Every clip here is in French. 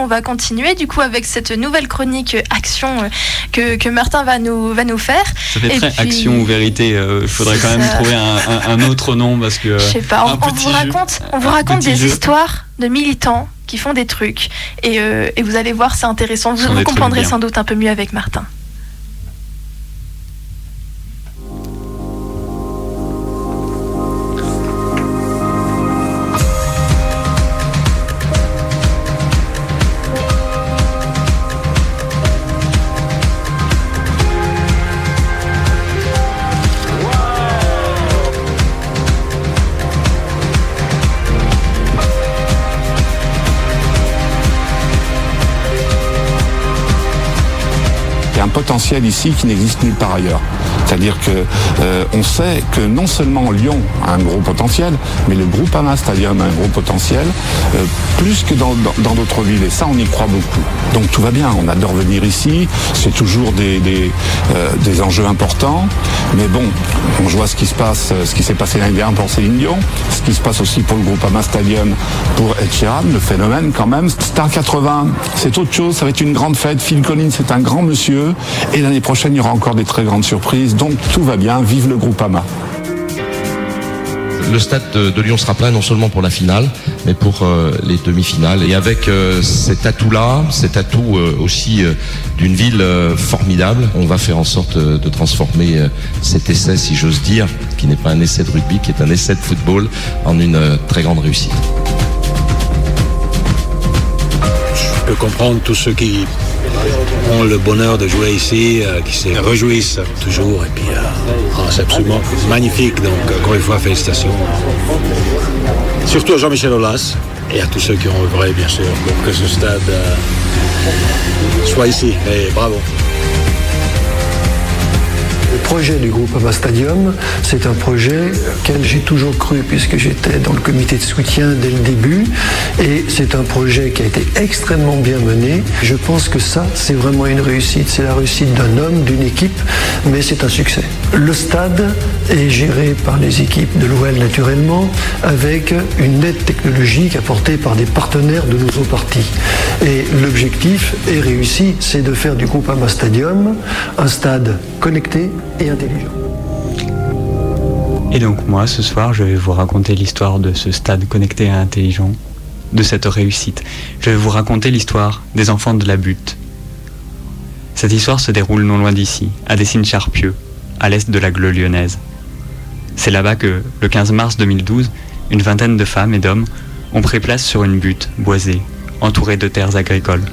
on va continuer du coup avec cette nouvelle chronique action que Martin va nous faire. Ça fait très action ou vérité. Il faudrait quand même trouver un autre nom parce que. Je sais pas. On vous raconte des histoires de militants qui font des trucs et vous allez voir, c'est intéressant. Vous comprendrez sans doute un peu mieux avec Martin. Potentiel ici qui n'existe nulle part ailleurs. C'est-à-dire que on sait que non seulement Lyon a un gros potentiel, mais le Groupama Stadium a un gros potentiel, plus que dans d'autres villes. Et ça, on y croit beaucoup. Donc tout va bien. On adore venir ici. C'est toujours des enjeux importants. Mais bon, on voit ce qui se passe, ce qui s'est passé l'année dernière pour Céline Dion, ce qui se passe aussi pour le Groupama Stadium pour Ed Sheeran, le phénomène quand même. Star 80, c'est autre chose. Ça va être une grande fête. Phil Collins, c'est un grand monsieur. Et l'année prochaine, il y aura encore des très grandes surprises. Donc tout va bien, vive le Groupama. Le stade de Lyon sera plein non seulement pour la finale, mais pour les demi-finales. Et avec cet atout-là, cet atout aussi d'une ville formidable, on va faire en sorte de transformer cet essai, si j'ose dire, qui n'est pas un essai de rugby, qui est un essai de football, en une très grande réussite. Je peux comprendre tous ceux qui ont le bonheur de jouer ici, qui se réjouissent toujours, et puis c'est absolument magnifique, donc encore une fois félicitations, surtout à Jean-Michel Aulas et à tous ceux qui ont œuvré bien sûr pour que ce stade soit ici, et bravo. Le projet du Groupama Stadium, c'est un projet auquel j'ai toujours cru puisque j'étais dans le comité de soutien dès le début, et c'est un projet qui a été extrêmement bien mené. Je pense que ça, c'est vraiment une réussite. C'est la réussite d'un homme, d'une équipe, mais c'est un succès. Le stade est géré par les équipes de l'OL naturellement, avec une aide technologique apportée par des partenaires de nos autres parties. Et l'objectif est réussi, c'est de faire du Groupama Stadium un stade connecté et intelligent. Et donc moi, ce soir, je vais vous raconter l'histoire de ce stade connecté et intelligent, de cette réussite. Je vais vous raconter l'histoire des enfants de la butte. Cette histoire se déroule non loin d'ici, à Dessines-Charpieu, à l'est de la Gleu lyonnaise. C'est là-bas que, le 15 mars 2012, une vingtaine de femmes et d'hommes ont pris place sur une butte boisée, entourée de terres agricoles.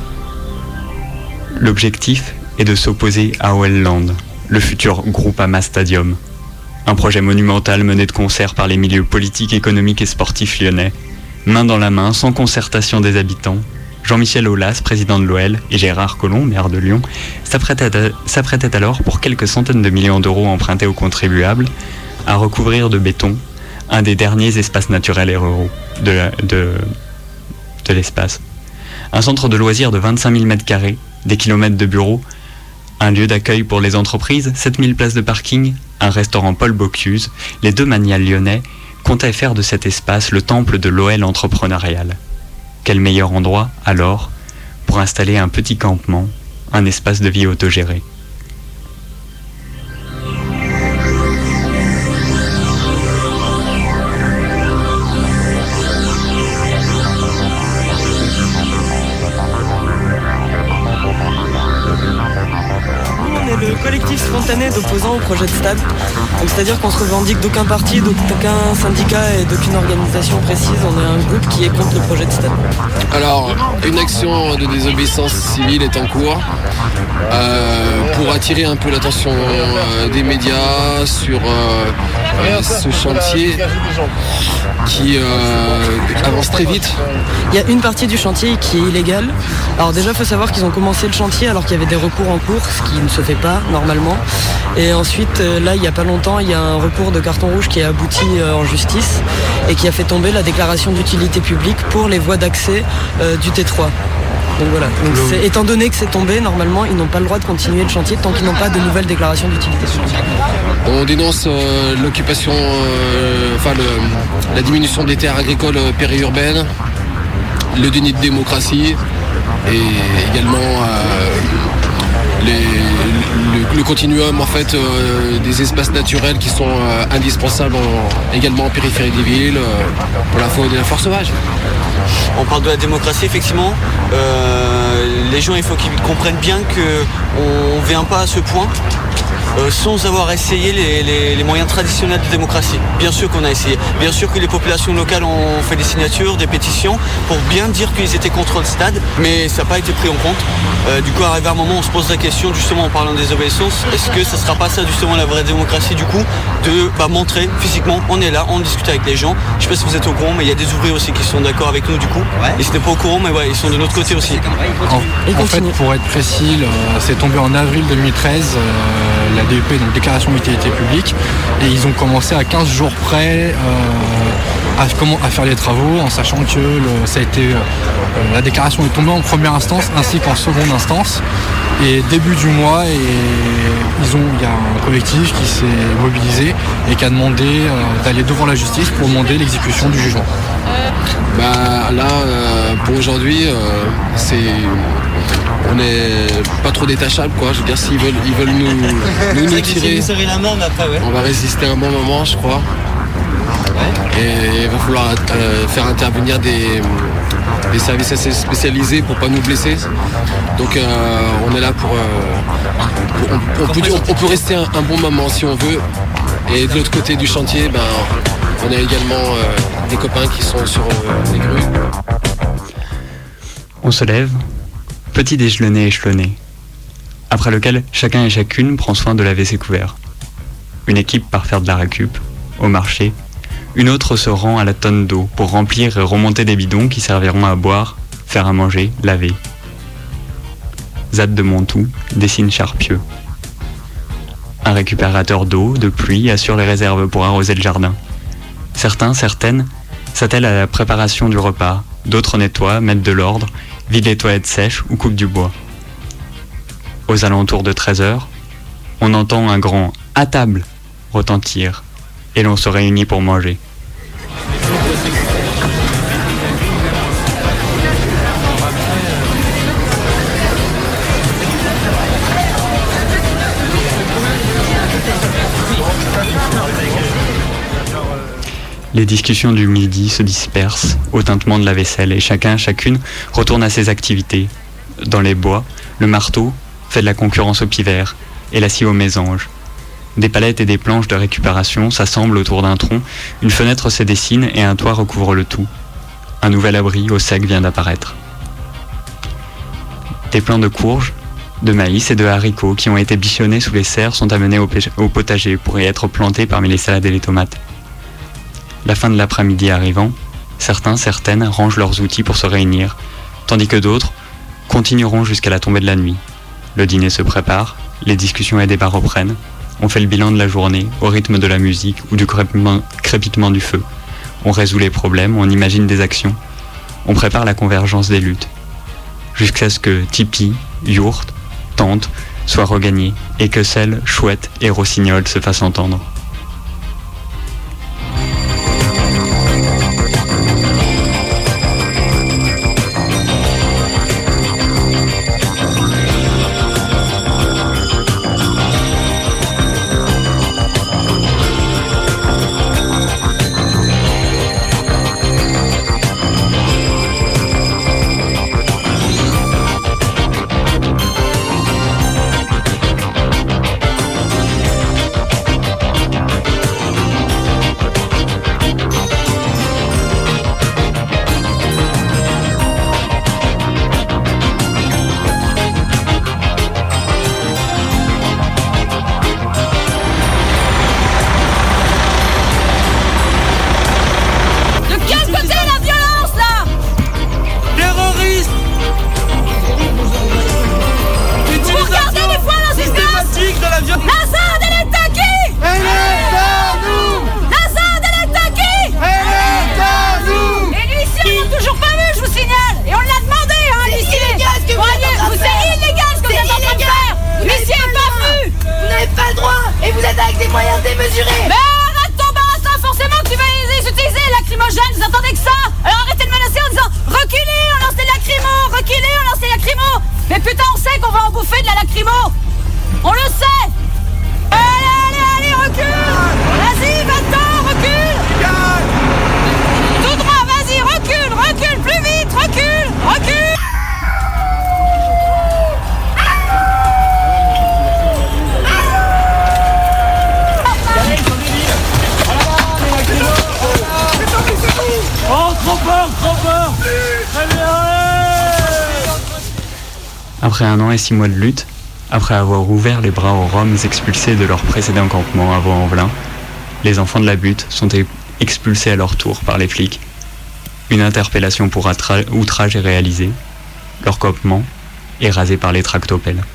L'objectif est de s'opposer à OL Land, le futur Groupama Stadium. Un projet monumental mené de concert par les milieux politiques, économiques et sportifs lyonnais. Main dans la main, sans concertation des habitants, Jean-Michel Aulas, président de l'OL, et Gérard Collomb, maire de Lyon, s'apprêtaient alors, pour quelques centaines de millions d'euros empruntés aux contribuables, à recouvrir de béton un des derniers espaces naturels et ruraux de l'espace. Un centre de loisirs de 25 000 m², des kilomètres de bureaux, un lieu d'accueil pour les entreprises, 7000 places de parking, un restaurant Paul Bocuse, les deux manials lyonnais comptaient faire de cet espace le temple de l'OL entrepreneurial. Quel meilleur endroit, alors, pour installer un petit campement, un espace de vie autogéré. Collectif spontané d'opposants au projet de stade. Donc, c'est-à-dire qu'on se revendique d'aucun parti, d'aucun syndicat et d'aucune organisation précise. On est un groupe qui est contre le projet de stade. Alors, une action de désobéissance civile est en cours pour attirer un peu l'attention des médias sur ce chantier qui avance très vite. Il y a une partie du chantier qui est illégale. Alors déjà, il faut savoir qu'ils ont commencé le chantier alors qu'il y avait des recours en cours, ce qui ne se fait pas normalement. Et ensuite, là, il n'y a pas longtemps, il y a un recours de carton rouge qui a abouti en justice et qui a fait tomber la déclaration d'utilité publique pour les voies d'accès du T3. Donc voilà. Donc étant donné que c'est tombé, normalement, ils n'ont pas le droit de continuer le chantier tant qu'ils n'ont pas de nouvelles déclarations d'utilité publique. On dénonce l'occupation, la diminution des terres agricoles périurbaines, le déni de démocratie, et également le continuum en fait des espaces naturels qui sont indispensables également en périphérie des villes pour la faune et la flore sauvage. On parle de la démocratie effectivement. Les gens il faut qu'ils comprennent bien qu'on ne vient pas à ce point sans avoir essayé les moyens traditionnels de démocratie. Bien sûr qu'on a essayé. Bien sûr que les populations locales ont fait des signatures, des pétitions pour bien dire qu'ils étaient contre le stade, mais ça n'a pas été pris en compte. Du coup, arrivé à un moment, on se pose la question, justement en parlant des obéissances, est-ce que ça ne sera pas ça justement la vraie démocratie du coup, de montrer physiquement, on est là, on discute avec les gens. Je ne sais pas si vous êtes au courant, mais il y a des ouvriers aussi qui sont d'accord avec nous du coup. Ils n'étaient pas au courant, mais ouais, ils sont de notre côté aussi. En fait, pour être précis, c'est tombé en avril 2013. La DEP, donc déclaration d'utilité publique, et ils ont commencé à 15 jours près à faire les travaux, en sachant que ça a été, la déclaration est tombée en première instance ainsi qu'en seconde instance. Et début du mois, il y a un collectif qui s'est mobilisé et qui a demandé d'aller devant la justice pour demander l'exécution du jugement. Là, pour aujourd'hui, on n'est pas trop détachable, quoi. Je veux dire, s'ils veulent nous tirer, la main, mais après, ouais. On va résister un bon moment, je crois. Ouais. Et il va falloir faire intervenir des services assez spécialisés pour pas nous blesser. Donc on est là pour on peut rester un bon moment si on veut. Et de l'autre côté du chantier, on a également des copains qui sont sur les grues. On se lève, petit déjeuner échelonné, après lequel chacun et chacune prend soin de laver ses couverts. Une équipe part faire de la récup, au marché, une autre se rend à la tonne d'eau pour remplir et remonter des bidons qui serviront à boire, faire à manger, laver. Zad de Montou dessine Charpieu. Un récupérateur d'eau, de pluie, assure les réserves pour arroser le jardin. Certaines s'attellent à la préparation du repas, d'autres nettoient, mettent de l'ordre, vident les toilettes sèches ou coupent du bois. Aux alentours de 13h, on entend un grand « à table » retentir, et l'on se réunit pour manger. Les discussions du midi se dispersent au tintement de la vaisselle et chacune retourne à ses activités. Dans les bois, le marteau fait de la concurrence au pivert et la scie aux mésanges. Des palettes et des planches de récupération s'assemblent autour d'un tronc, une fenêtre se dessine et un toit recouvre le tout. Un nouvel abri au sec vient d'apparaître. Des plants de courges, de maïs et de haricots qui ont été bichonnés sous les serres sont amenés au potager pour y être plantés parmi les salades et les tomates. La fin de l'après-midi arrivant, certaines rangent leurs outils pour se réunir, tandis que d'autres continueront jusqu'à la tombée de la nuit. Le dîner se prépare, les discussions et débats reprennent. On fait le bilan de la journée au rythme de la musique ou du crépitement du feu. On résout les problèmes, on imagine des actions. On prépare la convergence des luttes. Jusqu'à ce que tipi, yourte, tente soient regagnés et que celles, chouettes et rossignols se fassent entendre. Vous attendez que ça? Alors arrêtez de menacer en disant reculez, on lance des lacrymos, reculez, on lance des lacrymos. Mais putain, on sait qu'on va en bouffer de la lacrymo. On le sait. Allez, recule. Vas-y, va-t'en, recule. Tout droit, vas-y, recule, plus vite, recule. Oh, trop peur. Après 1 an et 6 mois de lutte, après avoir ouvert les bras aux Roms expulsés de leur précédent campement à Vaux-en-Velin, les enfants de la butte sont expulsés à leur tour par les flics. Une interpellation pour outrage est réalisée. Leur campement est rasé par les tractopelles.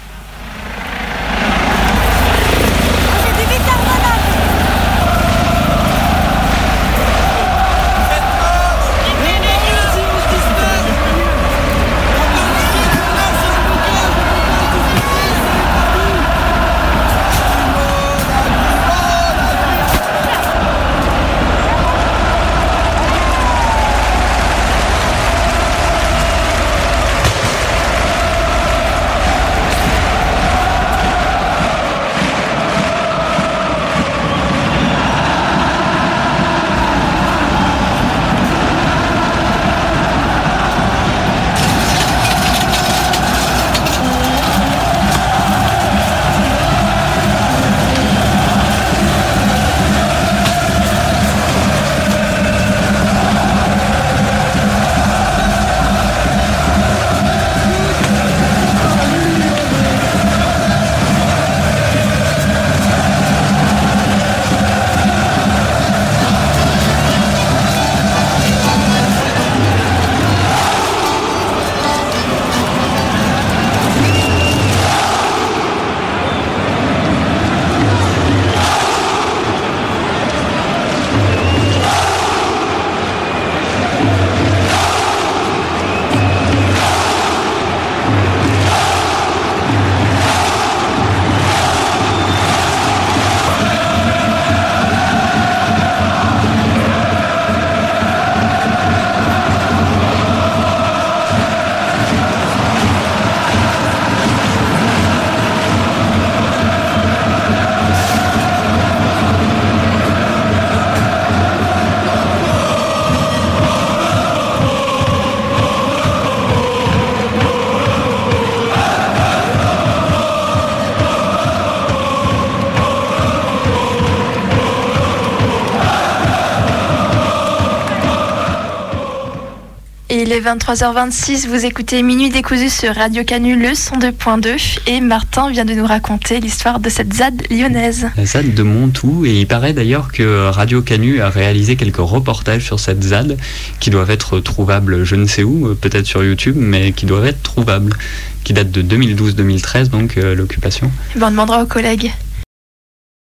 Il est 23h26, vous écoutez Minuit décousu sur Radio Canu, le 102.2, et Martin vient de nous raconter l'histoire de cette ZAD lyonnaise. La ZAD de Montoux, et il paraît d'ailleurs que Radio Canu a réalisé quelques reportages sur cette ZAD qui doivent être trouvables je ne sais où, peut-être sur YouTube, mais qui doivent être trouvables, qui datent de 2012-2013, donc l'occupation. On demandera aux collègues.